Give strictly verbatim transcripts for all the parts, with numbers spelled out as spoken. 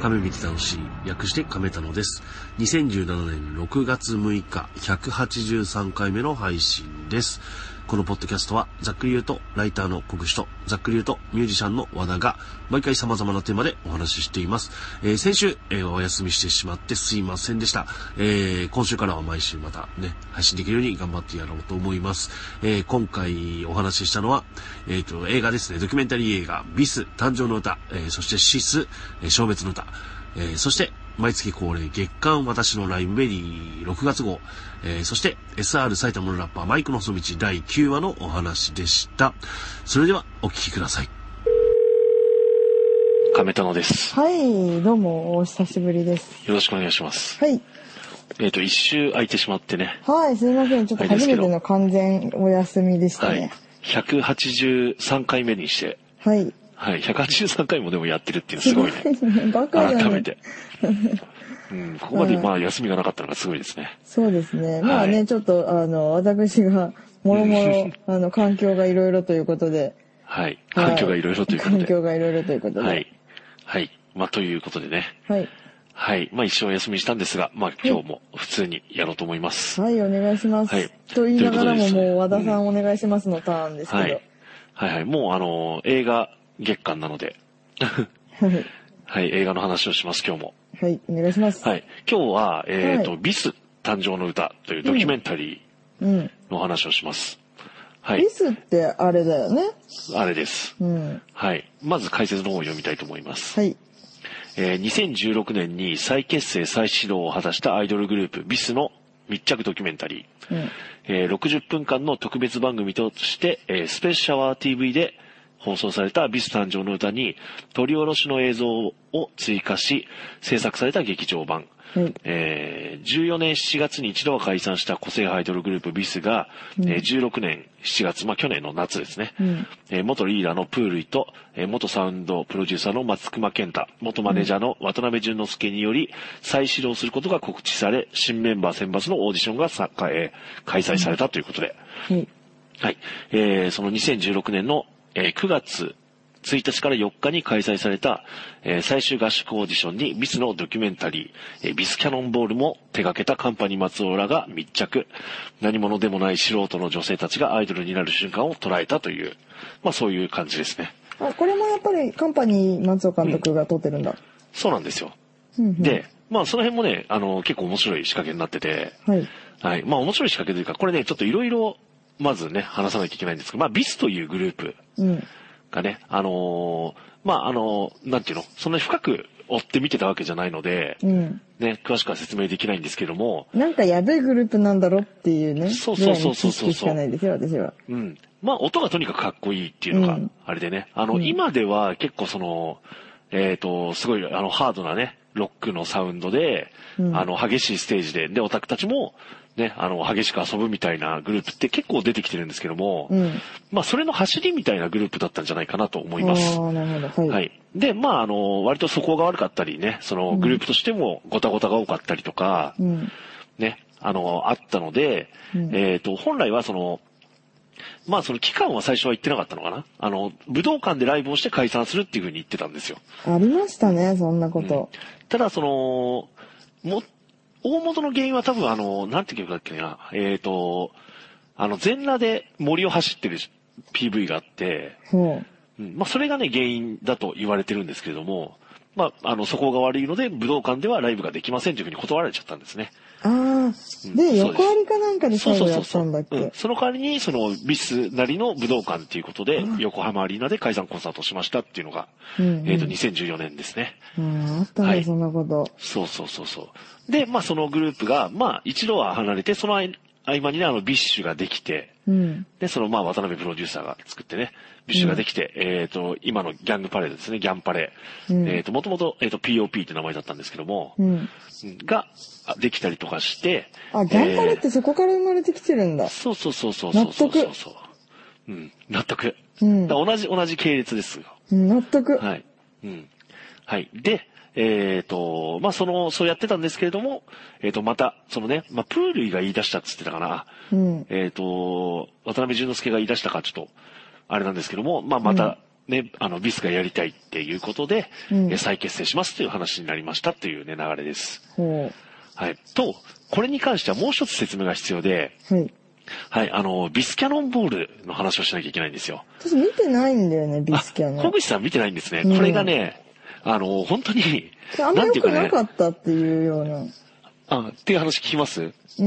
亀道楽しい、略して亀田野です。にせんじゅうななねんろくがつむいか、ひゃくはちじゅうさんかいめの配信です。このポッドキャストは、ざっくり言うとライターの小口と、ざっくり言うとミュージシャンの和田が毎回様々なテーマでお話ししています。えー、先週、えー、お休みしてしまってすいませんでした。えー、今週からは毎週またね、配信できるように頑張ってやろうと思います。えー、今回お話ししたのは、えーと、映画ですね、ドキュメンタリー映画、ビス、誕生の歌、えー、そしてシス、えー、消滅の歌、えー、そして、毎月恒例月間私のライブベリーろくがつ号、えー、そして エスアール 埼玉のラッパーマイクの細道だいきゅうわのお話でした。それではお聞きください。亀田野です。 はい、どうもお久しぶりです。 よろしくお願いします。 はい。 えっと一週空いてしまってね。 はい、すいません、ちょっと初めての完全お休みでしたね。はい、 ひゃくはちじゅうさんかいめにして。 はい。 はい、ひゃくはちじゅうさんかいもでもやってるっていうのすごいね。 すごいね、バカじゃん。 改めて。うん、ここまでまあ休みがなかったのがすごいですね。 そうですね。まあね、はい、ちょっとあの私がもろもろあの環境がいろいろということで。 はい。環境がいろいろということで。 環境がいろいろということで。 はい。はい。まあということでね。 はい。 はい。まあ一生お休みしたんですが、まあ今日も普通にやろうと思います。 はい、お願いします。はい。と言いながらももう和田さんお願いしますのターンですけど。はい。 はいはい。もうあの映画月間なので。はい。はい。映画の話をします、今日も。 はい、お願いします。 はい。今日は、えっと、はい、ビス誕生の歌というドキュメンタリーの話をします。うん、はい。 ビスってあれだよね。 あれです。うん。はい。まず解説の方を読みたいと思います。はい。えー、にせんじゅうろくねんに再結成再始動を果たしたアイドルグループビスの密着ドキュメンタリー。うん、えー、ろくじゅっぷんかんの特別番組として、えー、スペースシャワー ティーブイ で放送されたビス誕生の歌に撮り下ろしの映像を追加し制作された劇場版、はいえー、じゅうよねんしちがつに一度は解散した個性派アイドルグループビスが、うんえー、じゅうろくねんしちがつ、まあ、去年の夏ですね、うんえー、元リーダーのプールイと、えー、元サウンドプロデューサーの松隈健太、元マネージャーの渡辺淳之介により再始動することが告知され新メンバー選抜のオーディションがさ、えー、開催されたということで、うんはいえー、そのにせんじゅうろくねんのえー、くがつついたちからよっかに開催された、えー、最終合宿オーディションにビスのドキュメンタリー、えー、ビスキャノンボールも手掛けたカンパニー松尾らが密着。何者でもない素人の女性たちがアイドルになる瞬間を捉えたという、まあそういう感じですね。 あ、これもやっぱりカンパニー松尾監督が撮ってるんだ。うん、 そうなんですよ。うんうん、で、まあその辺もね、あの結構面白い仕掛けになってて、はい。はい。まあ面白い仕掛けというか、これね、ちょっといろいろまずね、話さなきゃいけないんですけど、まあ、ビスというグループがね、うん、あのー、まあ、あのー、なんていうの、そんなに深く追って見てたわけじゃないので、うん、ね、詳しくは説明できないんですけども。 なんかやべえグループなんだろっていうね。 そうそうそうそうそう。 知識しかないですよ、私は。 うん。まあ、音がとにかくかっこいいっていうのが、あれでね、あの、うん、今では結構その、えっと、すごい、あの、ハードなね、ロックのサウンドで、うん、あの、激しいステージで、で、オタクたちも、ね、あの、激しく遊ぶみたいなグループって結構出てきてるんですけども、うん、まあ、それの走りみたいなグループだったんじゃないかなと思います。 なるほど。はい。 はい。で、まあ、あの、割と素行が悪かったりね、そのグループとしてもごたごたが多かったりとか、うん、ね、あの、あったので、うん、えっと、本来はその、まあその期間は最初は言ってなかったのかな。あの、武道館でライブをして解散するっていう風に言ってたんですよ。 ありましたね、そんなこと。 うん、ただその、も、大元の原因は多分あの、なんて曲だっけな、えっと、あの、全裸で森を走ってる ピーブイ があって、うんうん、まあそれがね、原因だと言われてるんですけれども、まあ、あの、素行が悪いので、武道館ではライブができませんというふうに断られちゃったんですね。 ああ、うん、で、横ありかなんかで最後やったんだっけ。 そうそうそうそう、うん。その代わりに、その、ビスなりの武道館っていうことで、横浜アリーナで解散コンサートをしましたっていうのが、うんうん、えっと、にせんじゅうよねんですね。 うん、あったね、はい、そんなこと。 そうそうそうそう。で、まあ、そのグループが、まあ、一度は離れて、その合間にね、あの、ビッシュができて、うん、で、その、まあ、渡辺プロデューサーが作ってね、ビッシュができて、うん、えっと、今のギャングパレードですね、ギャンパレ。うん、えっと、もともと、えっと、ピーオーピー って名前だったんですけども、うん、が、できたりとかして。 あ、ギャンパレってそこから生まれてきてるんだ。 えー、そうそうそうそうそうそうそうそう。うん、納得。うん、だ同じ、同じ系列ですよ。 納得。 はい。うん。はい。で、えっと、まあ、その、そうやってたんですけれども、えっと、また、そのね、まあ、プールイが言い出したっつってたかな。うん、えっと、渡辺淳之介が言い出したかちょっと、あれなんですけども、まあ、また、 ね、あの、ビスがやりたいっていうことで、うん、再結成しますという話になりましたっていうね、流れです。はい。と、これに関してはもう一つ説明が必要で、はい。はい、あの、ビスキャノンボールの話をしなきゃいけないんですよ。 私見てないんだよね、ビスキャノン。 小口さん見てないんですね。うん、これがね、あの、本当に、 あんま良くなかったっていうような。 あ、っていう話聞きます？ うん。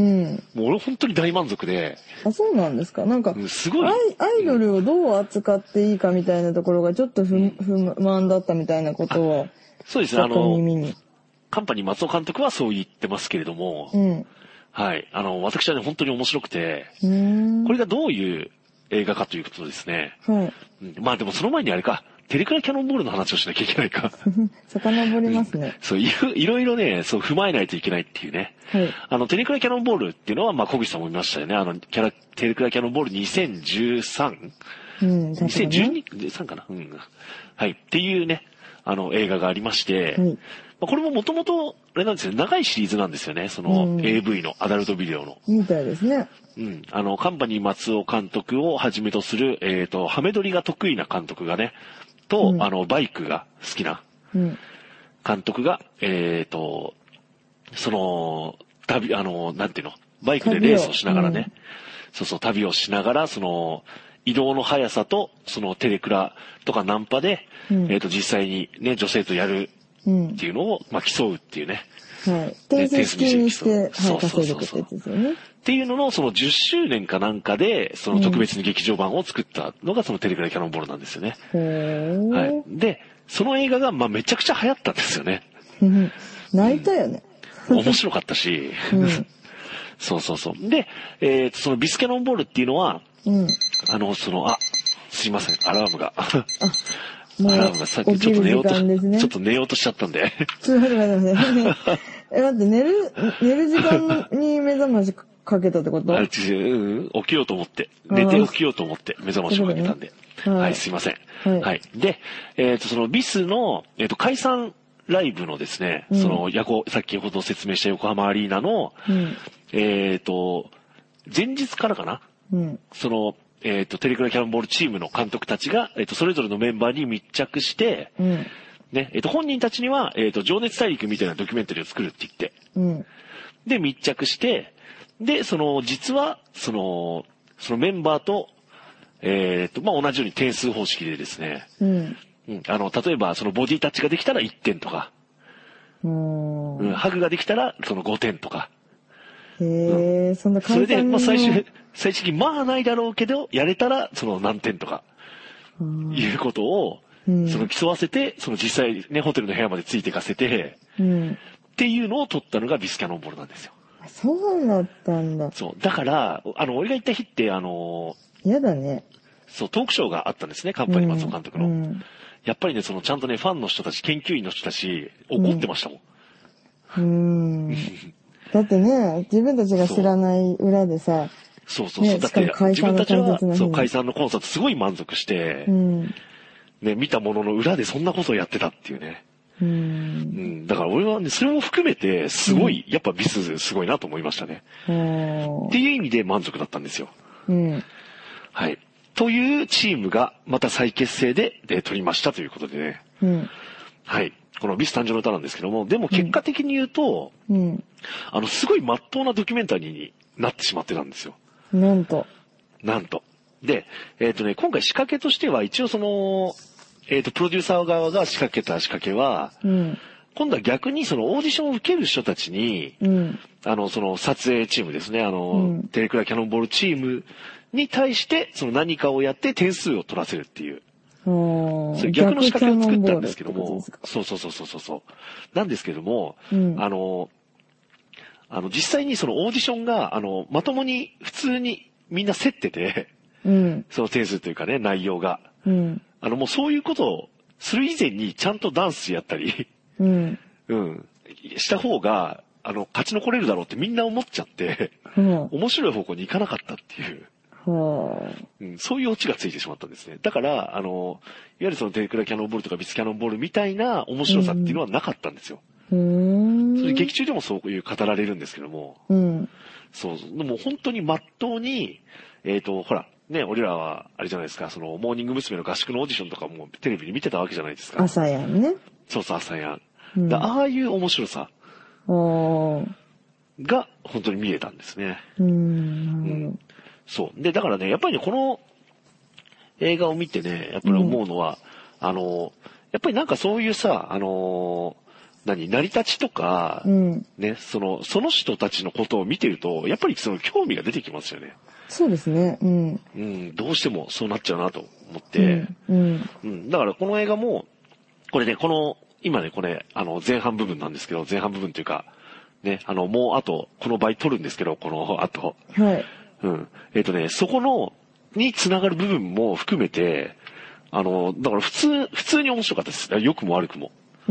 もう俺本当に大満足で。 あ、そうなんですか。なんか、うん、 すごい。 アイ、アイドルをどう扱っていいかみたいなところがちょっと不、うん、不満だったみたいなことは。 そうですね、あの、カンパニー松尾監督はそう言ってますけれども、うん、はい。あの、私はね、本当に面白くて、これがどういう映画かということですね。はい。うん、まあでもその前にあれか、テレクラキャノンボールの話をしなきゃいけないか。 遡りますね。 うん、そう、いろいろね、そう踏まえないといけないっていうね。はい。あの、テレクラキャノンボールっていうのは、まあ、小口さんも見ましたよね。あの、キャラ、テレクラキャノンボールにせんじゅうさん？ うん、にせんじゅうに、じゅうさんかな。うん。はい。っていうね、あの、映画がありまして、はい。まあ、これももともと、あれなんですよ、長いシリーズなんですよね。その、うん、エーブイ の、アダルトビデオの。 みたいですね。 うん。あの、カンパニー松尾監督をはじめとする、えっと、ハメ撮りが得意な監督がね、と、うん、あの、バイクが好きな監督が、うん、えっと、その、旅、あの、なんていうの、バイクでレースをしながらね、うん、そうそう、旅をしながら、その、移動の速さと、そのテレクラとかナンパで、うん、えっと、実際にね、女性とやるっていうのを、まあ、競うっていうね。 はい。点数式にして、そうそうそうそう。 っていうのの、そのじゅっしゅうねんかなんかで、その特別に劇場版を作ったのが、そのテレクラキャノンボールなんですよね。はい。で、その映画が、まあ、めちゃくちゃ流行ったんですよね。 泣いたよね。 うん、面白かったし。うん、そうそうそう。で、えっと、そのビスキャノンボールっていうのは、うん、あの、その、あ、すいません、アラームが。あアラームがさっきちょっと寝ようと、ね、ちょっと寝ようとしちゃったんで。 ちょっと待って待って待って。え、待って、寝る、寝る時間に目覚ましかけたってこと？ あ、違う、うん、起きようと思って。寝て起きようと思って目覚ましをかけたんで。ね、はい、はい、すいません。はい。はい、で、えっと、そのビスの、えっと、解散ライブのですね、うん、その、やこ、先ほど説明した横浜アリーナの、うん、えっと、前日からかな、うん、その、えっと、テレクラキャノンボールチームの監督たちが、えっと、それぞれのメンバーに密着して、うん、ね、えっと、本人たちには、えっと、情熱大陸みたいなドキュメンタリーを作るって言って、うん、で、密着して、で、その、実は、その、そのメンバーと、えっと、まあ、同じように点数方式でですね、うん、うん、あの、例えば、そのボディタッチができたらいってんとか、うん、ハグができたら、そのごてんとか。 へえ、うん、そんな簡単に。それで、まあ、最終、最終的に、まあないだろうけど、やれたら、その何点とか、いうことを、うん、その競わせて、その実際ね、ホテルの部屋までついていかせて、うん、っていうのを取ったのがビスキャノンボールなんですよ。 そうだったんだ。 そう。だから、あの、俺が行った日って、あの、 嫌だね。 そう、トークショーがあったんですね、カンパニー松尾監督の。うん、やっぱりね、その、ちゃんとね、ファンの人たち、研究員の人たち、怒ってましたもん。 うん。うんだってね、自分たちが知らない裏でさ、 そうそうそう。ね、だって自分たちは、そう、解散のコンサートすごい満足して、うん、ね、見たものの裏でそんなことをやってたっていうね。うん、うん。だから俺はね、それも含めて、すごい、うん、やっぱビスすごいなと思いましたね。っていう意味で満足だったんですよ。うん。はい。というチームが、また再結成で、で、取りましたということでね。うん。はい。このビス誕生の歌なんですけども、でも結果的に言うと、うん、あの、すごい真っ当なドキュメンタリーになってしまってたんですよ。 なんと。 なんと。で、えっとね、今回仕掛けとしては、一応その、えっと、プロデューサー側が仕掛けた仕掛けは、うん、今度は逆にそのオーディションを受ける人たちに、うん、あの、その撮影チームですね、あの、うん、テレクラキャノンボールチームに対して、その何かをやって点数を取らせるっていう。それ逆の仕掛けを作ったんですけども、そうそうそうそうそう。なんですけども、うん、あの、あの、実際にそのオーディションが、あの、まともに普通にみんな競ってて、うん、その点数というかね、内容が。うん、あの、もうそういうことをする以前にちゃんとダンスやったり、うん、うん、した方が、あの、勝ち残れるだろうってみんな思っちゃって、うん、面白い方向に行かなかったっていう。うん、そういうオチがついてしまったんですね。だから、あの、いわゆるそのテレクラキャノンボールとかビスキャノンボールみたいな面白さっていうのはなかったんですよ。うん、それ劇中でもそういう語られるんですけども、うん、そう、でも本当に真っ当に、えっと、ほら、 ね、俺らは、あれじゃないですか、その、モーニング娘。の合宿のオーディションとかもテレビで見てたわけじゃないですか。 朝やんね。 そうそう、朝やん。うん、ああいう面白さが本当に見えたんですね。 うん、うん、 そう。で、だからね、やっぱりね、この映画を見てね、やっぱり思うのは、うん、あの、やっぱりなんかそういうさ、あの、何、成り立ちとか、うん、ね、その、その人たちのことを見てると、やっぱりその興味が出てきますよね。 そうですね。うん。 うん、どうしてもそうなっちゃうなと思って。うん。うん、だからこの映画も、これね、この、今ね、これ、あの、前半部分なんですけど、前半部分というか、ね、あの、もうあと、この倍取るんですけど、この後。はい。うん。えっとね、そこの、に繋がる部分も含めて、あの、だから普通、普通に面白かったです。良くも悪くも。うん。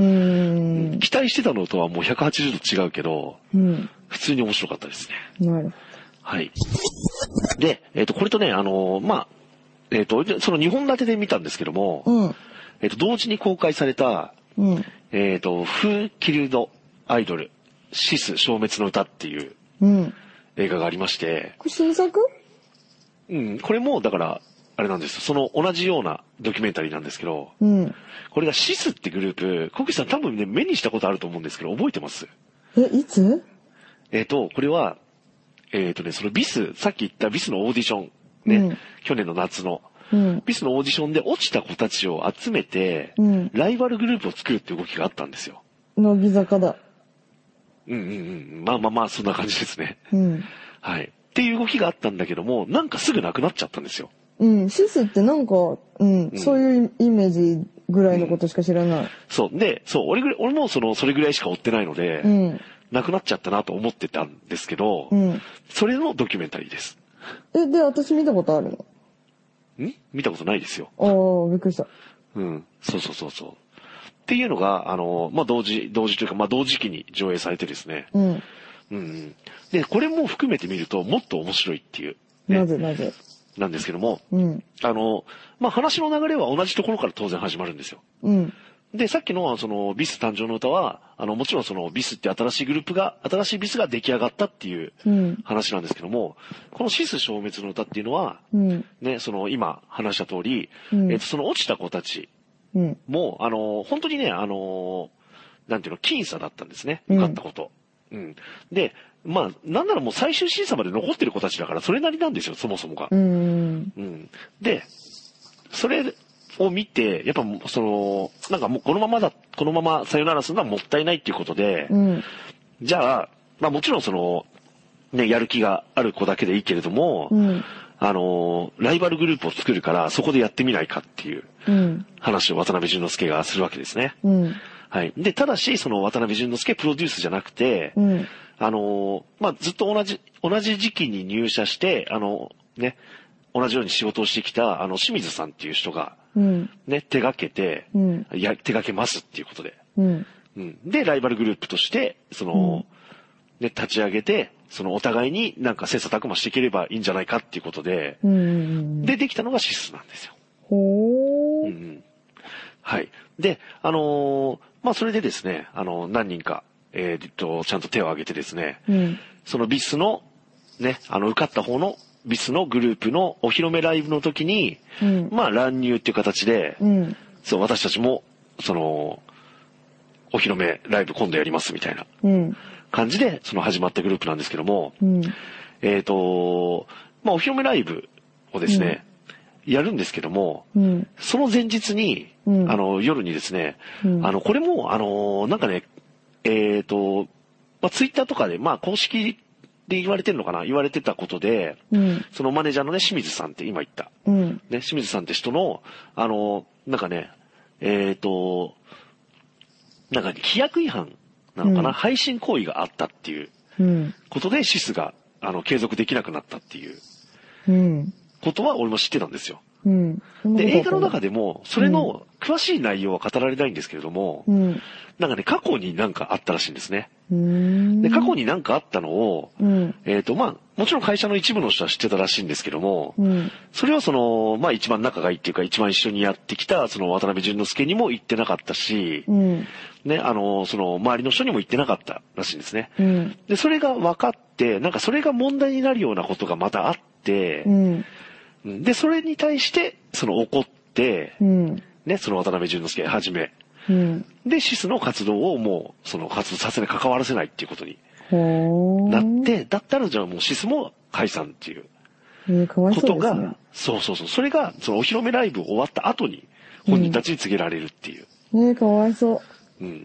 期待してたのとはもうひゃくはちじゅうど違うけど、うん。普通に面白かったですね。なるほど。はい。で、えっと、これとね、あの、まあ、えっと、そのにほん立てで見たんですけども、うん。えっと、同時に公開された、うん。えっと、フー・キルド・アイドル、シス消滅の歌っていう、うん。映画がありまして。 これ新作？ うん、これも、だから、あれなんですよ。その同じようなドキュメンタリーなんですけど、うん。これがシスってグループ、コキさん多分ね、目にしたことあると思うんですけど、覚えてます？ え、いつ？ えっと、これは、えっとね、そのビス、さっき言ったビスのオーディション、ね、うん、去年の夏の、うん、ビスのオーディションで落ちた子たちを集めて、うん、ライバルグループを作るっていう動きがあったんですよ。 乃木坂だ。 うんうんうん。まあまあまあ、そんな感じですね。うん。はい。っていう動きがあったんだけども、なんかすぐなくなっちゃったんですよ。 うん。シスってなんか、うん、うん、そういうイメージぐらいのことしか知らない。うん、 そう。で、そう、俺ぐらい、俺もその、それぐらいしか追ってないので、うん、なくなっちゃったなと思ってたんですけど、うん、それのドキュメンタリーです。 え、で、私見たことあるの？ ん見たことないですよ。 ああ、びっくりした。 うん。そうそうそうそう。っていうのが、あの、まあ、同時、同時というか、まあ、同時期に上映されてですね。うん。うん。で、これも含めて見ると、もっと面白いっていう、 ね。なぜなぜなんですけども、うん。あの、まあ、話の流れは同じところから当然始まるんですよ。うん。で、さっきの、その、ビス誕生の歌は、あの、もちろんその、ビスって新しいグループが、新しいビスが出来上がったっていう話なんですけども、うん、このシス消滅の歌っていうのは、うん、ね、その、今話した通り、うん、えっと、その落ちた子たちも、うん、あの、本当にね、あの、なんていうの、僅差だったんですね。受かったこと。うん。うん、で、まあ、なんならもう最終審査まで残ってる子たちだから、それなりなんですよ、そもそもが。うん。うん。で、それ、を見て、やっぱその、なんかもうこのままだ、このままさよならするのはもったいないっていうことで、うん、じゃあ、まあもちろんその、ね、やる気がある子だけでいいけれども、うん、あの、ライバルグループを作るからそこでやってみないかっていう話を渡辺淳之介がするわけですね。うん、はい。で、ただし、その渡辺淳之介プロデュースじゃなくて、うん、あの、まあずっと同じ、同じ時期に入社して、あの、ね、同じように仕事をしてきた、あの、清水さんっていう人が、うん、ね、手掛けて、うん、や、手掛けますっていうことで。うん。うん。で、ライバルグループとして、その、うん、ね、立ち上げて、そのお互いになんか切磋琢磨していければいいんじゃないかっていうことで、うん、で、できたのがシスなんですよ。ほー。うん。はい。で、あのー、まあ、それでですね、あの、何人か、えー、っと、ちゃんと手を挙げてですね、うん、そのビスの、ね、あの、受かった方のビスのグループのお披露目ライブの時に、うん、まあ乱入っていう形で、うん、そう私たちもそのお披露目ライブ今度やりますみたいな感じでその始まったグループなんですけども、うん、えっとまあお披露目ライブをですね、うん、やるんですけども、うん、その前日に、うん、あの夜にですね、うん、あのこれもあのなんかねえっとまあツイッターとかでまあ公式で言われてるのかな言われてたことで、うん、そのマネージャーのね、清水さんって今言った、うん、ね、清水さんって人の、あの、なんかね、えっと、なんか規約違反なのかな、うん、配信行為があったっていうことで、シスが、あの、継続できなくなったっていうことは俺も知ってたんですよ。うん、で、映画の中でも、それの詳しい内容は語られないんですけれども、うん、なんかね、過去になんかあったらしいんですね。で、過去になんかあったのを、うん、えっと、まあ、もちろん会社の一部の人は知ってたらしいんですけども、うん、それはその、まあ一番仲がいいっていうか、一番一緒にやってきた、その渡辺淳之介にも言ってなかったし、うん、ね、あの、その、周りの人にも言ってなかったらしいんですね。うん、で、それが分かって、なんかそれが問題になるようなことがまたあって、うんで、それに対して、その怒って、うん、ね、その渡辺淳之介はじめ、うん、で、シスの活動をもう、その活動させない、関わらせないっていうことになって、だったらじゃあもうシスも解散っていうことが、えー、そうそうそう、それが、そのお披露目ライブ終わった後に、本人たちに告げられるっていう。 うん、ねえ、かわいそう。うんうんうんうん。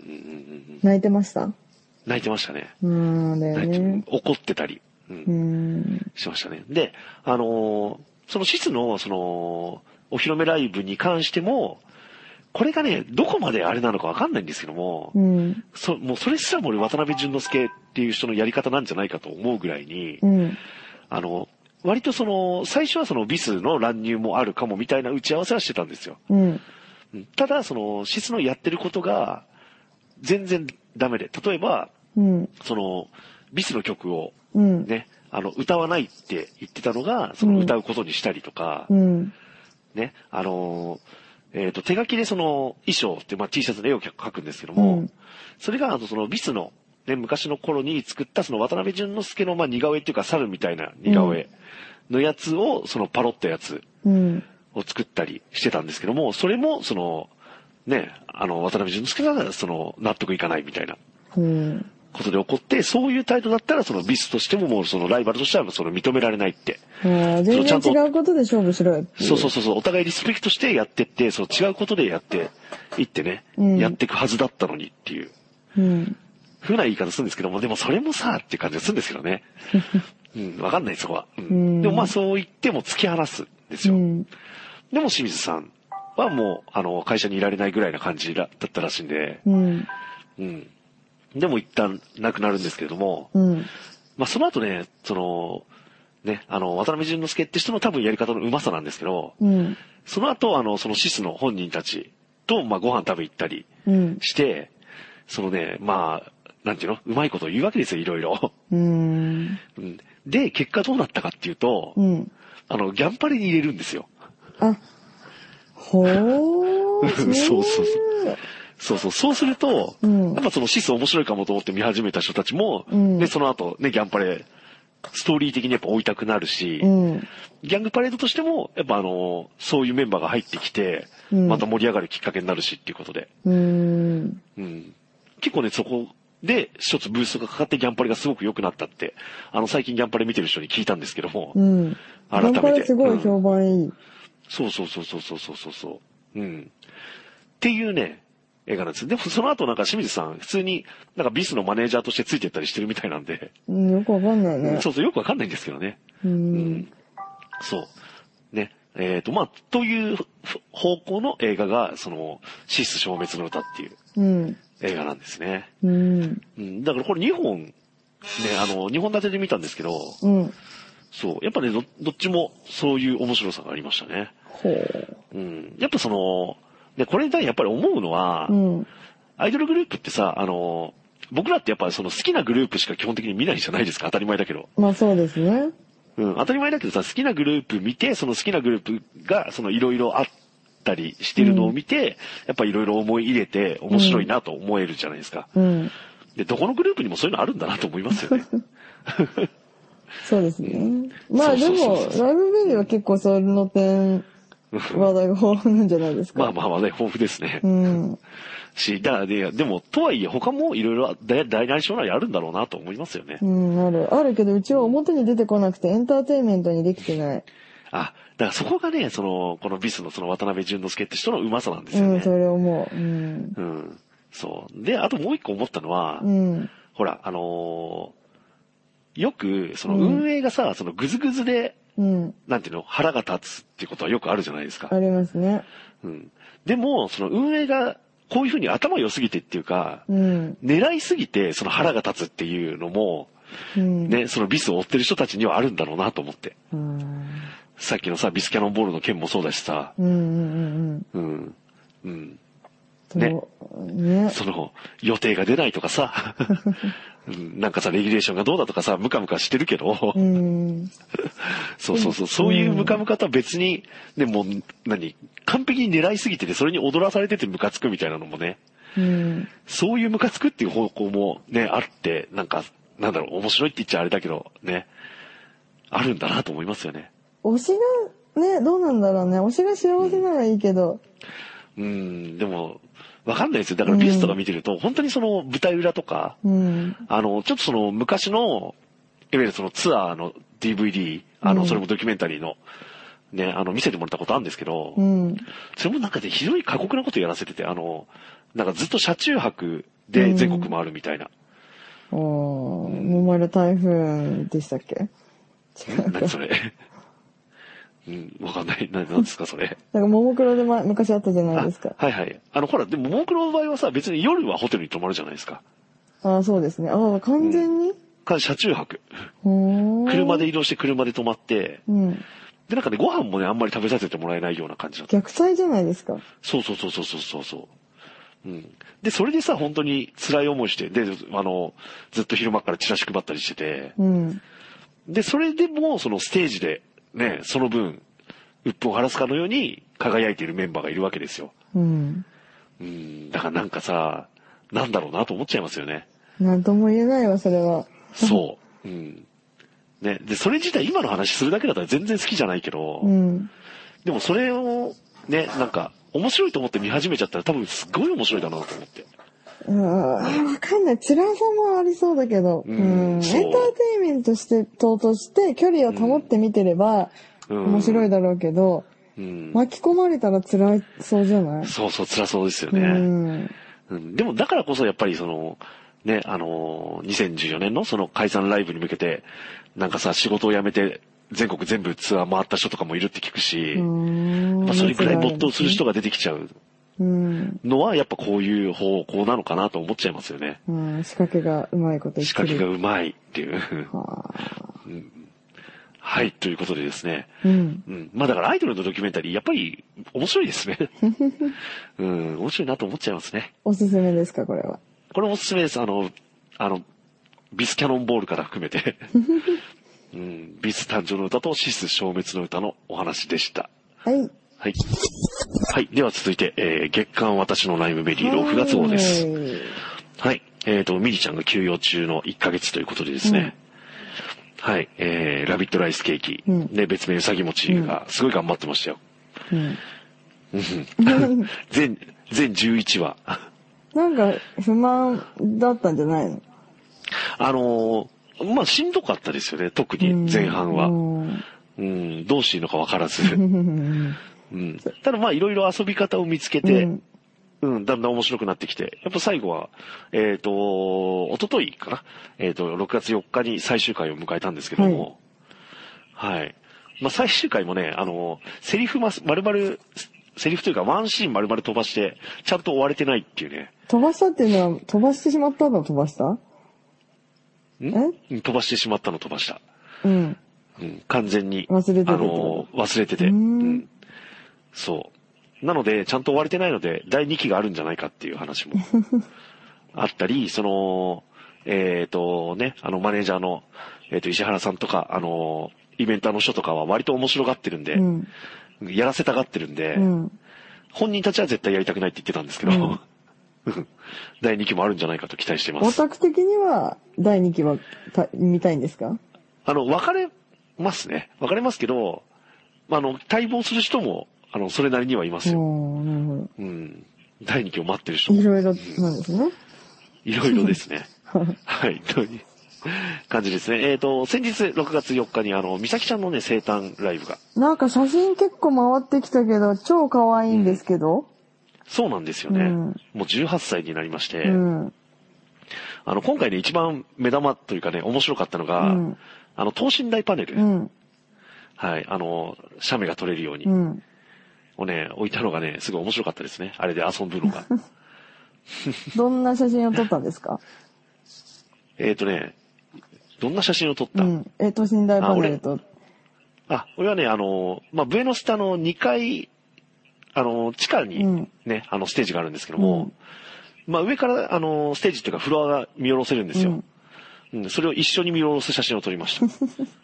泣いてました？ 泣いてましたね。 うん、だよね。 怒ってたり、うん、うんしましたね。で、あのー、そのシスの、その、お披露目ライブに関しても、これがね、どこまであれなのかわかんないんですけども、うん、そもうそれすらも俺渡辺淳之介っていう人のやり方なんじゃないかと思うぐらいに、うん、あの、割とその、最初はそのビスの乱入もあるかもみたいな打ち合わせはしてたんですよ。うん、ただ、その、シスのやってることが全然ダメで、例えば、うん、その、ビスの曲をね、うん、あの、歌わないって言ってたのが、その歌うことにしたりとか、うん、ね、あのー、えっと、手書きでその衣装って、まあ、T シャツの絵を描くんですけども、うん、それがあの、そのビスの、ね、昔の頃に作ったその渡辺淳之介のまあ似顔絵っていうか猿みたいな似顔絵のやつを、そのパロったやつを作ったりしてたんですけども、それもその、ね、あの、渡辺淳之介がその納得いかないみたいな。うんことで起こって、そういう態度だったら、そのビスとしてももうそのライバルとしてはその認められないって。 全然違うことで勝負しろよ。 そうそうそうそう、お互いリスペクトしてやってって、その違うことでやっていってね、うん、やっていくはずだったのにっていう。うん。ふうな言い方するんですけども、でもそれもさ、っていう感じがするんですけどね。うん、わかんないそこは。うん。うん、でもまあそう言っても突き放すんですよ。うん、でも清水さんはもう、あの、会社にいられないぐらいな感じだったらしいんで、うん。うん。でも一旦なくなるんですけれども、うん、まあその後ね、その、ね、あの、渡辺淳之介って人の多分やり方のうまさなんですけど、うん、その後、あの、そのシスの本人たちと、まあご飯食べ行ったりして、うん、そのね、まあ、なんていうのうまいことを言うわけですよ、いろいろ。うん、で、結果どうなったかっていうと、うん、あの、ギャンパレに入れるんですよ。 あ、ほー。 そうそうそう。そうそう。そうすると、うん、やっぱそのシス面白いかもと思って見始めた人たちも、うん、で、その後ね、ギャンパレ、ストーリー的にやっぱ追いたくなるし、うん、ギャングパレードとしても、やっぱあの、そういうメンバーが入ってきて、うん、また盛り上がるきっかけになるしっていうことで。うん、うん、結構ね、そこで一つブーストがかかってギャンパレがすごく良くなったって、あの、最近ギャンパレ見てる人に聞いたんですけども、うん、 改めて。ギャンパレすごい評判いい、うん。 そうそうそうそうそうそうそう。うん。っていうね、映画なんです。でもその後なんか清水さん、普通になんかビスのマネージャーとしてついてったりしてるみたいなんで。 うん、よくわかんないね。 そうそう、よくわかんないんですけどね。うんうん、そう。ね。えっと、まあ、という方向の映画が、その、シス消滅の歌っていう映画なんですね。うん。うん、だからこれにほん、ね、あの、にほん立てで見たんですけど、うん、そう。やっぱねど、どっちもそういう面白さがありましたね。ほう。うん。やっぱその、で、これでやっぱり思うのは、うん、アイドルグループってさ、あの、僕らってやっぱりその好きなグループしか基本的に見ないじゃないですか、当たり前だけど。 まあそうですね。 うん、当たり前だけどさ、好きなグループ見て、その好きなグループが、そのいろいろあったりしてるのを見て、うん、やっぱいろいろ思い入れて面白いなと思えるじゃないですか。うん。で、どこのグループにもそういうのあるんだなと思いますよね。 そうですね。うん、まあでも、ライブベリーは結構その点、話題が豊富なんじゃないですか。 まあまあ話題豊富ですね。うん。し、だで、でも、とはいえ他もいろいろ大なり小なりあるんだろうなと思いますよね。 うん、ある。あるけど、うちは表に出てこなくてエンターテインメントにできてない。 あ、だからそこがね、その、このビスのその渡辺淳之介って人のうまさなんですよね。 うん、それ思う。うん。 うん。そう。で、あともう一個思ったのは、うん、ほら、あのー、よく、その運営がさ、うん、そのグズグズで、うん、なんていうの腹が立つっていうことはよくあるじゃないですか。 ありますね。 うん。でも、その運営がこういうふうに頭良すぎてっていうか、うん、狙いすぎてその腹が立つっていうのも、うん、ね、そのビスを追ってる人たちにはあるんだろうなと思って。うん、さっきのさ、ビスキャノンボールの件もそうだしさ、うんうんうん。うん。うん。ね。ね。その、予定が出ないとかさ、なんかさ、レギュレーションがどうだとかさ、ムカムカしてるけど、うん、そうそうそう、そういうムカムカとは別に、でも、何、完璧に狙いすぎてて、それに踊らされててムカつくみたいなのもね、うん、そういうムカつくっていう方向もね、あって、なんか、なんだろう、面白いって言っちゃあれだけど、ね、あるんだなと思いますよね。 推しがね、どうなんだろうね。推しが幸せならいいけど。 うん、うんでも、わかんないですよ。だからビスとか見てると、うん、本当にその舞台裏とか、うん、あの、ちょっとその昔の、いわゆるそのツアーの ディーブイディー、あの、それもドキュメンタリーの、ね、あの、見せてもらったことあるんですけど、うん、それもなんかでひどい過酷なことやらせてて、あの、なんかずっと車中泊で全国回るみたいな。 うん、おー、桃色台風でしたっけ？ 違う。何それうん、わかんない。何ですか、それ。 なんか、ももクロで、ま、昔あったじゃないですか。 はいはい。あの、ほら、でも、ももクロの場合はさ、別に夜はホテルに泊まるじゃないですか。 ああ、そうですね。ああ、完全に、 うん、車中泊。車で移動して車で泊まって、うん、で、なんかね、ご飯もね、あんまり食べさせてもらえないような感じだった。 虐待じゃないですか。 そうそうそうそうそうそう。うん。で、それでさ、本当に辛い思いして、で、あの、ずっと昼間からチラシ配ったりしてて、うん、で、それでも、そのステージで、ね、その分、鬱憤を晴らすかのように輝いているメンバーがいるわけですよ。うん。うん、だからなんかさ、なんだろうなと思っちゃいますよね。 なんとも言えないわ、それは。 そう。うん。ね、で、それ自体今の話するだけだったら全然好きじゃないけど、うん、でもそれを、ね、なんか、面白いと思って見始めちゃったら多分すごい面白いだろうなと思って。 うん、わかんない。辛さもありそうだけど、うん、うん、エンターテインメントして、ととして距離を保って見てれば、うん、面白いだろうけど、うん、巻き込まれたら辛いそうじゃない？ そうそう、辛そうですよね。うんうん、でもだからこそやっぱりその、ね、あのー、にせんじゅうよねんのその解散ライブに向けて、なんかさ、仕事を辞めて、全国全部ツアー回った人とかもいるって聞くし、まあ、それぐらい没頭する人が出てきちゃうのは、やっぱこういう方向なのかなと思っちゃいますよね。 うん、仕掛けがうまいこと言ってる。 仕掛けがうまいっていう。はうん、はい、ということでですね。うん。うん、まあだからアイドルのドキュメンタリー、やっぱり面白いですね。うん、面白いなと思っちゃいますね。 おすすめですか、これは。 これおすすめです。あの、あの、ビスキャノンボールから含めて、うん、ビス誕生の歌とシス消滅の歌のお話でした。 はい。 はい。はい。では続いて、えー、月刊私のライブメディろくがつ号です。はい。えっ、ー、と、ミリちゃんが休養中のいっかげつということでですね。うん、はい。えー、ラビットライスケーキ、うん、で、別名うさぎ餅がすごい頑張ってましたよ。うん。全、全じゅういちわ。 なんか、不満だったんじゃないの？ あのー、まあ、しんどかったですよね、特に前半は。うん、うん、どうしていいのかわからず。うん、ただまあ、いろいろ遊び方を見つけて、うん、うん、だんだん面白くなってきて、やっぱ最後は、えっ、ー、と、一昨日かな、えっ、ー、と、ろくがつよっかに最終回を迎えたんですけども、はい。はい、まあ、最終回もね、あの、セリフま、丸々、セリフというかワンシーン丸々飛ばして、ちゃんと終われてないっていうね。 飛ばしたっていうのは、飛ばしてしまったの飛ばしたんえ飛ばしてしまったの飛ばした。うん。うん、完全に。 忘れてて。 あの、忘れてて。うん、うん。そう。なので、ちゃんと終われてないので、だいにきがあるんじゃないかっていう話もあったり、その、えっ、ー、とね、あの、マネージャーの、えっ、ー、と、石原さんとか、あの、イベンターの人とかは割と面白がってるんで、うん、やらせたがってるんで、うん、本人たちは絶対やりたくないって言ってたんですけど、うんだいにきもあるんじゃないかと期待しています。 オタク的にはだいにきは見たいんですか？ あの、分かれますね。分かれますけど、あの、待望する人も、あの、それなりにはいますよ。うん。だいにきを待ってる人も。 いろいろなんですね。 いろいろですね。はい。という感じですね。えっ、ー、と、先日ろくがつよっかにあの、美咲ちゃんのね、生誕ライブが。 なんか写真結構回ってきたけど、超可愛いんですけど。うん、 そうなんですよね、うん。もうじゅうはっさいになりまして、うん、あの、今回ね、一番目玉というかね、面白かったのが、うん、あの、等身大パネル、うん、はい、あの、写メが撮れるように、うん、をね、置いたのがね、すごい面白かったですね。あれで遊ぶのが。 どんな写真を撮ったんですか？ えっとね、どんな写真を撮った、うん、 え、等身大パネルと。 あ、俺はね、あの、まあ、ブエノスタのにかい、あの、地下にね、うん、あの、ステージがあるんですけども、うん、まあ、上から、あの、ステージっていうかフロアが見下ろせるんですよ。うん、うん、それを一緒に見下ろす写真を撮りました。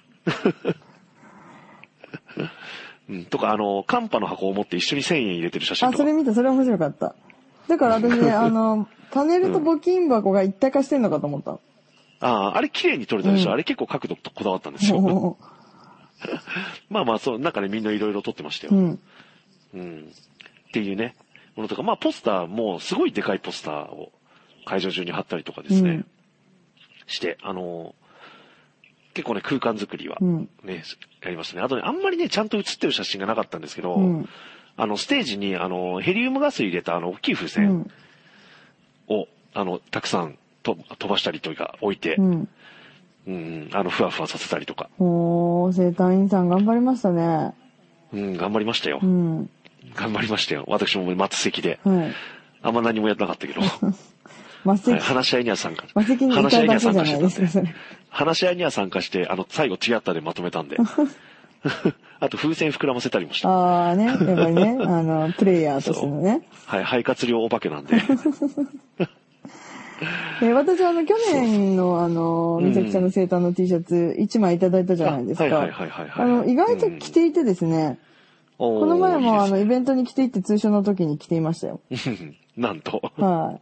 うん、とか、あの、カンパの箱を持って一緒にせんえん入れてる写真とか。 あ、それ見た、それ面白かった。だから私ね、あの、パネルと募金箱が一体化してんのかと思った。うん、 ああ、あれ綺麗に撮れたでしょ、うん、あれ結構角度こだわったんですよ。 まあまあ、そう、なんかね、みんないろいろ撮ってましたよ。うん。うん。っていうね、ものとか、まあ、ポスターも、すごいでかいポスターを会場中に貼ったりとかですね、うん、して、あのー、結構ね、空間作りはね、うん、やりましたね。あとね、あんまりね、ちゃんと写ってる写真がなかったんですけど、うん、あの、ステージに、あの、ヘリウムガス入れた、あの、大きい風船を、うん、あの、たくさんと飛ばしたりというか、置いて、うんうん、あの、ふわふわさせたりとか。 おー、生誕院さん頑張りましたね。 うん、頑張りましたよ。うん、頑張りましたよ。私も末席で。はい、あんま何もやってなかったけど。末席、はい、話し合いには参加。 末席にいただけじゃないですか、それ。 話し合いには参加して、あの、最後、チアッタでまとめたんで。あと、風船膨らませたりもした。 ああね、やっぱりね、あの、プレイヤーとしてのね。 はい、肺活量お化けなんで。 え私あの去年のあの美咲ちゃんの生誕の T シャツいちまいいただいたじゃないですか。あの意外と着ていてですね。この前もあのイベントに着ていって通所の時に着ていましたよ。 なんと。 はい。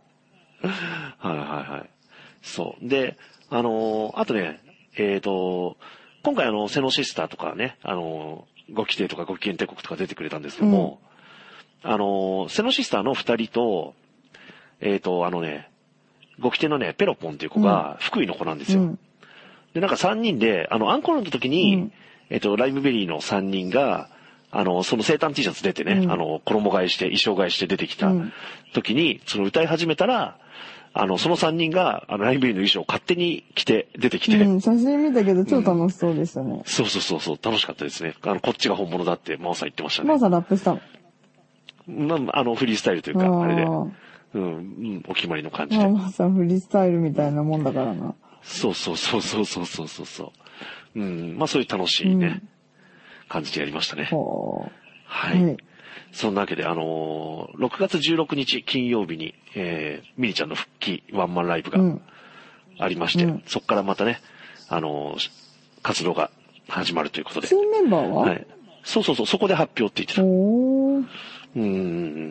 はいはいはい。そう。で、あのー、あとね、えっと、今回あの、セノシスターとかね、あのー、ご規定とかご機嫌帝国とか出てくれたんですけども、うん、あのー、セノシスターの二人と、えっと、あのね、ご規定のね、ペロポンっていう子が、福井の子なんですよ。うん、で、なんか三人で、あの、アンコールの時に、うん、えっと、ライブベリーの三人が、あの、その生誕 T シャツ出てね、うん、あの、衣替えして、衣装替えして出てきた時に、その歌い始めたら、あの、その三人が、あの、ライブベリーの衣装を勝手に着て、出てきて。 うん、写真見たけど超楽しそうでしたね。うん、 そうそうそうそう、楽しかったですね。あの、こっちが本物だって、マオさん言ってましたね。 マオさんラップしたの？ まあ、あの、フリースタイルというか、あれで。うん、うん、お決まりの感じで。 マオさんフリースタイルみたいなもんだからな。 そうそうそうそうそうそうそう。うん、まあそういう楽しいね、うん、感じでやりましたね。はい。はい、そんなわけで、あのー、ろくがつじゅうろくにち金曜日に、えー、ミリちゃんの復帰ワンマンライブがありまして、うん、そこからまたね、あのー、活動が始まるということで。 新メンバーは？ はい。そうそうそう、そこで発表って言ってた。おー。うん。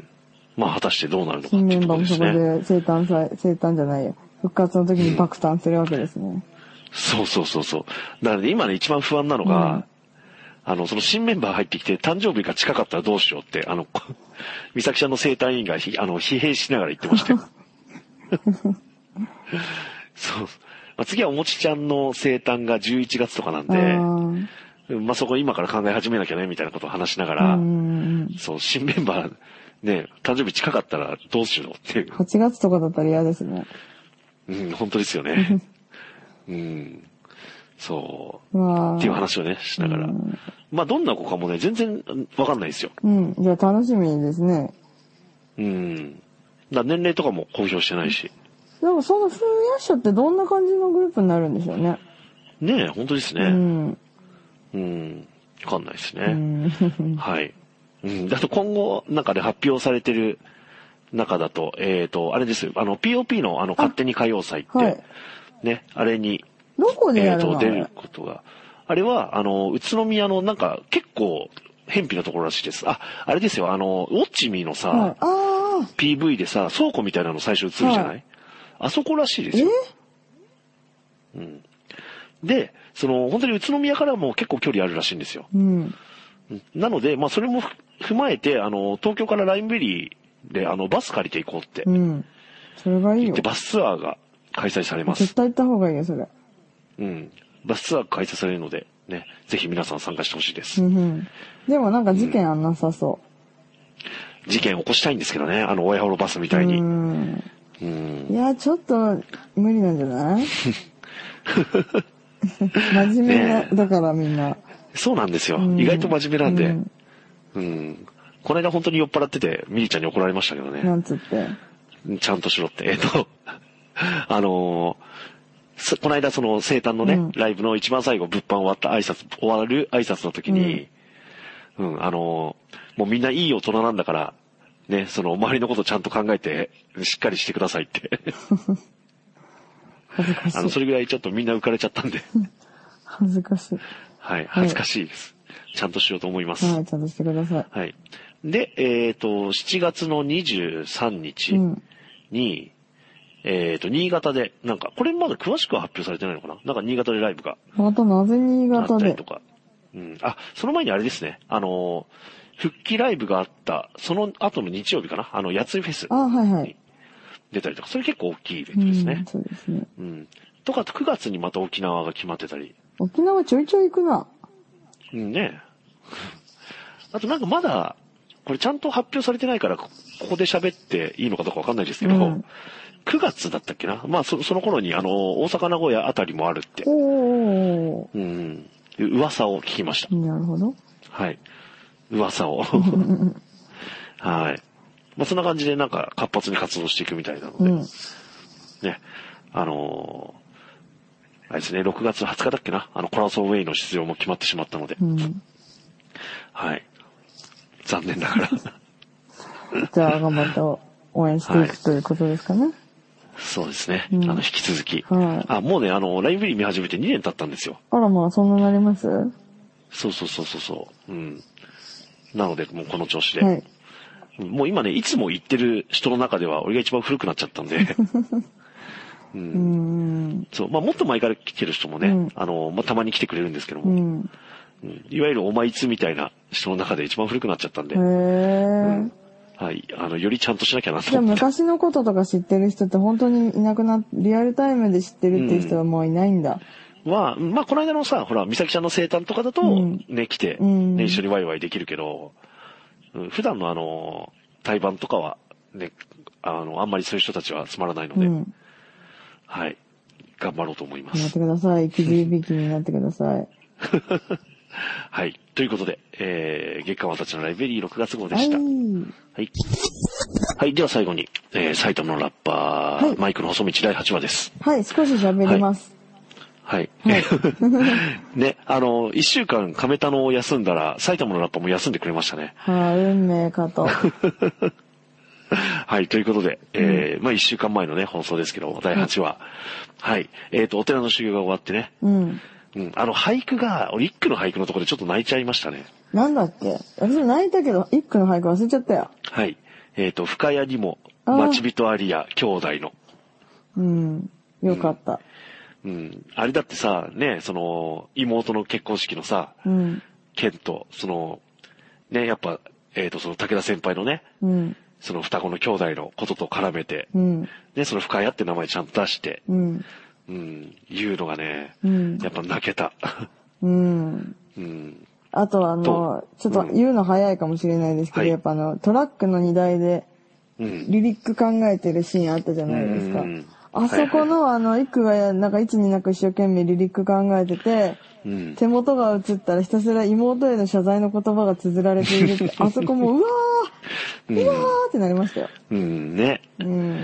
まあ果たしてどうなるのかっていうところですね。 新メンバーもそこで生誕祭、生誕じゃないや。復活の時に爆誕するわけですね。うん、 そうそうそうそう。だからね、今ね、一番不安なのが、うん、あの、その新メンバー入ってきて誕生日が近かったらどうしようって、あの、美咲ちゃんの生誕委員が、あの、疲弊しながら言ってましたよ。そう。まあ、次はおもちちゃんの生誕がじゅういちがつとかなんで、まあそこ今から考え始めなきゃね、みたいなことを話しながら、そう、新メンバー、ね、誕生日近かったらどうしようっていう。 はちがつとかだったら嫌ですね。 うん、本当ですよね。うん。そう。っていう話をね、しながら。まあどんな子かもね、全然わかんないですよ。 うん。じゃあ楽しみですね。 うん。だ年齢とかも公表してないし。 でもそのフーヤッショってどんな感じのグループになるんでしょうね。 ねえ、本当ですね。うん。うん。わかんないですね。うん、はい。うん。だと今後、なんかで発表されてる中だと、えっと、あれですよ。あの、ピーオーピー のあの、勝手に歌謡祭って、はい、ね、あれに、 どこでやるの？ えっと、出ることが。あれは、あの、宇都宮のなんか結構、偏僻なところらしいです。あ、あれですよ。あの、ウォッチミーのさ、はい、あ ピーブイ でさ、倉庫みたいなの最初映るじゃない、はい、あそこらしいですよ。うん。で、その、本当に宇都宮からも結構距離あるらしいんですよ。うん。なので、まあ、それも踏まえて、あの、東京からラインベリーで、あの、バス借りていこうって。うん。 それがいいよ。 で、バスツアーが開催されます。 絶対行った方がいいよ、それ。 うん。バスツアーが開催されるので、ね、ぜひ皆さん参加してほしいです。うん、 うん。でもなんか事件はなさそう、 うん。事件起こしたいんですけどね、あの、親ホロバスみたいに。うん。うん。 いや、ちょっと、無理なんじゃない真面目な、ね、だからみんな。 そうなんですよ。うん、意外と真面目なんで。うん。うん、この間本当に酔っ払ってて、ミリちゃんに怒られましたけどね。 なんつって。 ちゃんとしろって。えっと、あのー、この間その生誕のね、うん、ライブの一番最後、物販終わった挨拶、終わる挨拶の時に、うん、うん、あのー、もうみんないい大人なんだから、ね、その周りのことちゃんと考えて、しっかりしてくださいって。 恥ずかしい。 あの、それぐらいちょっとみんな浮かれちゃったんで。 恥ずかしい。 はい、恥ずかしいです。はい、ちゃんとしようと思います。 はい、ちゃんとしてください。 はい。で、えっと、しちがつのにじゅうさんにちに、うん、えっと、新潟で、なんか、これまだ詳しくは発表されてないのかな？なんか新潟でライブが。 またなぜ新潟で？ とか。 うん。あ、その前にあれですね。あの、復帰ライブがあった、その後の日曜日かなあの、やついフェス。 あ、はいはい。 出たりとか、それ結構大きいイベントですね。 うん、そうですね。 うん。とか、くがつにまた沖縄が決まってたり。 沖縄ちょいちょい行くな。 うんね。あとなんかまだ、これちゃんと発表されてないから、ここで喋っていいのかどうかわかんないですけど、うん、くがつだったっけなまあそ、その頃にあの、大阪名古屋あたりもあるって。 おー。うん。噂を聞きました。 なるほど。 はい。噂を。はい。まあそんな感じでなんか活発に活動していくみたいなので。うん、ね。あのー、あれですね、ろくがつはつかだっけなあの、コラソーウェイの出場も決まってしまったので。うん、はい。残念ながら。 じゃあ、頑張って応援していく、はい、ということですかね。 そうですね。うん、あの、引き続き。はい、あ、もうね、あの、ラインベリー見始めてにねん経ったんですよ。 あらまあ、そんななります？ そうそうそうそうそう。うん。なので、もうこの調子で。はい、もう今ね、いつも行ってる人の中では、俺が一番古くなっちゃったんで。うん、うんそう。まあ、もっと前から来てる人もね、うん、あの、まあ、たまに来てくれるんですけども。うんうん、いわゆるお前いつみたいな人の中で一番古くなっちゃったんで。へー。うんはい。あの、よりちゃんとしなきゃなと思って。 じゃあ昔のこととか知ってる人って本当にいなくなっ、リアルタイムで知ってるっていう人はもういないんだ。 うん、まあ、まあ、この間のさ、ほら、美咲ちゃんの生誕とかだと、ね、うん、来て、ね、一緒にワイワイできるけど、うん、普段のあの、対バンとかは、ね、あの、あんまりそういう人たちは集まらないので、うん、はい。頑張ろうと思います。 頑張ってください。生き字引きになってください。 はい。ということで、えー、月刊私のライブベリーろくがつ号でした。はい。はい。はい。では最後に、えー、埼玉のラッパー、はい、マイクの細道だいはちわです。 はい。少し喋ります。 はい。はい。はい、ね、あの、一週間亀田のを休んだら、埼玉のラッパーも休んでくれましたね。 はあ、運命かと。 はい。ということで、えー、まあ一週間前のね、放送ですけど、だいはちわ。はい。えっと、お寺の修行が終わってね。うん。うん、あの、俳句が、俺、一句の俳句のところでちょっと泣いちゃいましたね。 なんだっけ？私も泣いたけど、一句の俳句忘れちゃったよ。 はい。えっと、深谷にも、待ち人ありや、兄弟の。 うん。よかった、 うん。うん。あれだってさ、ね、その、妹の結婚式のさ、うん。ケンと、その、ね、やっぱ、えっと、その武田先輩のね、うん。その双子の兄弟のことと絡めて、うん。ね、その深谷って名前ちゃんと出して、うん。うん、言うのがね、うん、やっぱ泣けた。うん。うん。 あとあの、ちょっと言うの早いかもしれないですけど、うん、やっぱあの、トラックの荷台で、リリック考えてるシーンあったじゃないですか。うん、あそこの、はいはい、あの、一句がなんかいつになく一生懸命リリック考えてて、うん、手元が映ったらひたすら妹への謝罪の言葉が綴られているって、あそこもうわー、うわーってなりましたよ。 うん、うん、ね。うん。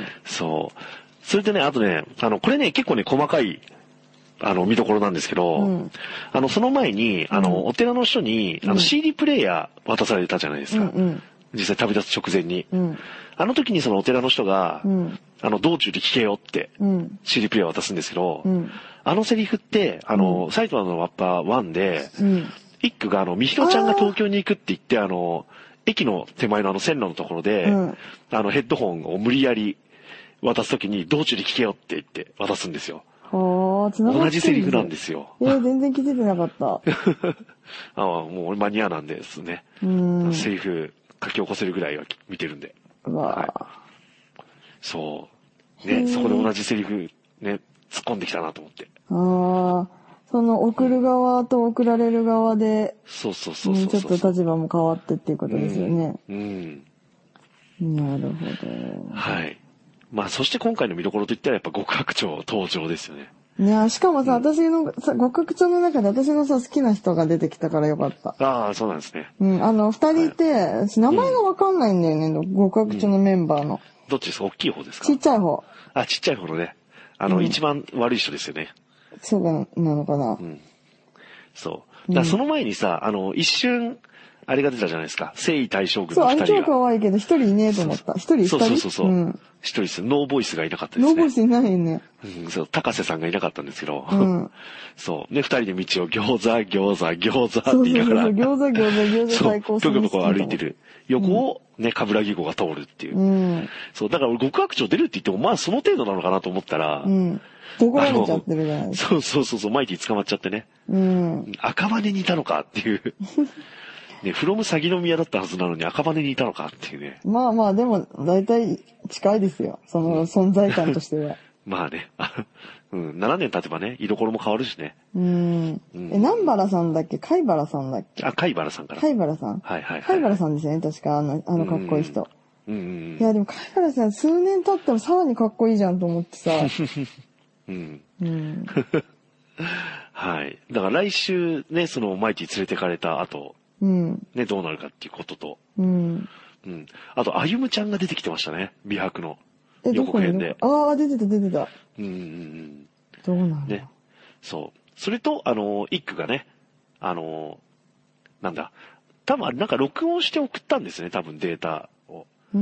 そう。それでね、あとね、あの、これね、結構ね、細かい、あの、見どころなんですけど、うん、あの、その前に、あの、うん、お寺の人に、あの、シーディー プレイヤー渡されたじゃないですか。うんうん、実際旅立つ直前に。うん、あの時にそのお寺の人が、うん、あの、道中で聞けよって、うん、シーディー プレイヤー渡すんですけど、うん、あのセリフって、あの、うん、埼玉のワッパーワンで、うん、一句が、あの、みひろちゃんが東京に行くって言って、あの、駅の手前のあの線路のところで、うん、あの、ヘッドホンを無理やり、渡すときに道中で聞けよって言って渡すんですよ。はあ、つながってる。同じセリフなんですよ。 えー、全然気づいてなかった。 ああ、もう俺マニアなんですね。うん。セリフ書き起こせるぐらいは見てるんで。うわ、はい、そう。ね、そこで同じセリフね、突っ込んできたなと思って。ああ、その送る側と送られる側で、 そうそうそうそう、 ちょっと立場も変わってっていうことですよね。うん。うん、なるほど。 はい。まあ、そして今回の見どころといったらやっぱ極白鳥登場ですよね。 ね、しかもさ、うん、私のさ、極白鳥の中で私のさ、好きな人が出てきたからよかった。 ああ、そうなんですね。 うん、あの、二人いて、はい、名前がわかんないんだよね、うん、極白鳥のメンバーの。 どっちですか？大きい方ですか？ ちっちゃい方。 あ、ちっちゃい方のね。あの、うん、一番悪い人ですよね。 そうなのかな。うん。 そう。だからその前にさ、あの、一瞬、 あれが出たじゃないですか。征夷大将軍の二人が。 そう、あれ超可愛いけど、一人いねえと思った。一人二人そうそうそうそう。うん一人です。ノーボイスがいなかったですね。 ノーボイスいないね。 うん、そう、高瀬さんがいなかったんですけど。うん、そう。で、二人で道を餃子、餃子、餃子って言いながら。 そうそうそう餃子、餃子、餃子最高そう。ぴょこぴょこ歩いてる。横をね、カブラギ号が通るっていう。うん。そう、だから極悪町出るって言っても、まあその程度なのかなと思ったら。うん。 どこられちゃってるじゃないですか。そうそうそうそう、マイティ捕まっちゃってね。うん。赤羽にいたのかっていう。ね、フロム鷺宮だったはずなのに赤羽にいたのかっていうね。 まあまあ、でも、大体近いですよ。その存在感としては。 まあね。うん、ななねん経てばね、居所も変わるしね。 うん。うん、え、南原さんだっけ貝原さんだっけあ、貝原さんから。 貝原さんはいはいはい、はい。 貝原さんですよね、確か、あの、あのかっこいい人。 うんうん、 いや、でも貝原さん数年経ってもさらにかっこいいじゃんと思ってさ。 うん。うん。はい。だから来週ね、そのマイティ連れてかれた後、うん。ね、どうなるかっていうことと。うん。うん。あと、あゆむちゃんが出てきてましたね。美白の予告編で。 ああ、出てた、出てた。 うんうんうん。 どうなんだ、 ね。そう。それと、あの、イックがね、あの、なんだ。多分あれなんか録音して送ったんですね、多分データを。うん。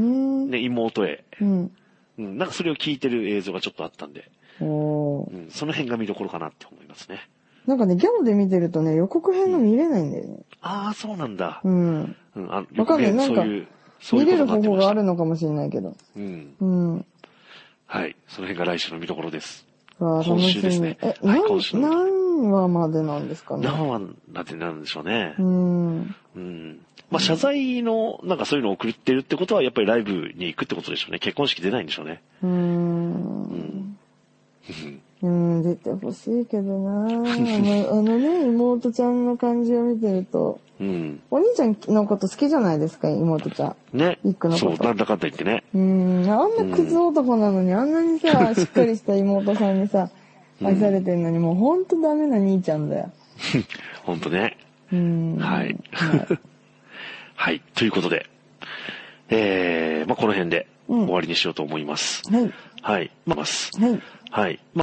ね、妹へ。うん。うん。なんかそれを聞いてる映像がちょっとあったんで。おうん。その辺が見どころかなって思いますね。 なんかね、ギャオで見てるとね、予告編が見れないんだよね。うん、 ああ、そうなんだ。うん。 うん、あわかんない。なんか、見れる方法があるのかもしれないけど。うん。うん。 はい。その辺が来週の見どころです。 わ今週ですね。 え、はい、今週何話までなんですかね。 何話までなんでしょうね。うん。うん。まあ、謝罪の、なんかそういうのを送ってるってことは、やっぱりライブに行くってことでしょうね。結婚式出ないんでしょうね。うーん。うんうん、出てほしいけどなあの、あのね、妹ちゃんの感じを見てると、うん、お兄ちゃんのこと好きじゃないですか、妹ちゃん。ね。イックのこと。 そう、なんだかんだ言ってね。 うん、あんなクズ男なのに、あんなにさ、しっかりした妹さんにさ、愛されてんのに、もうほんとダメな兄ちゃんだよ。 ほんとね。うん。はい。はい、はい。ということで、えー、まあ、この辺で終わりにしようと思います。はい。はい。まあ、ます。はい。はい。まあ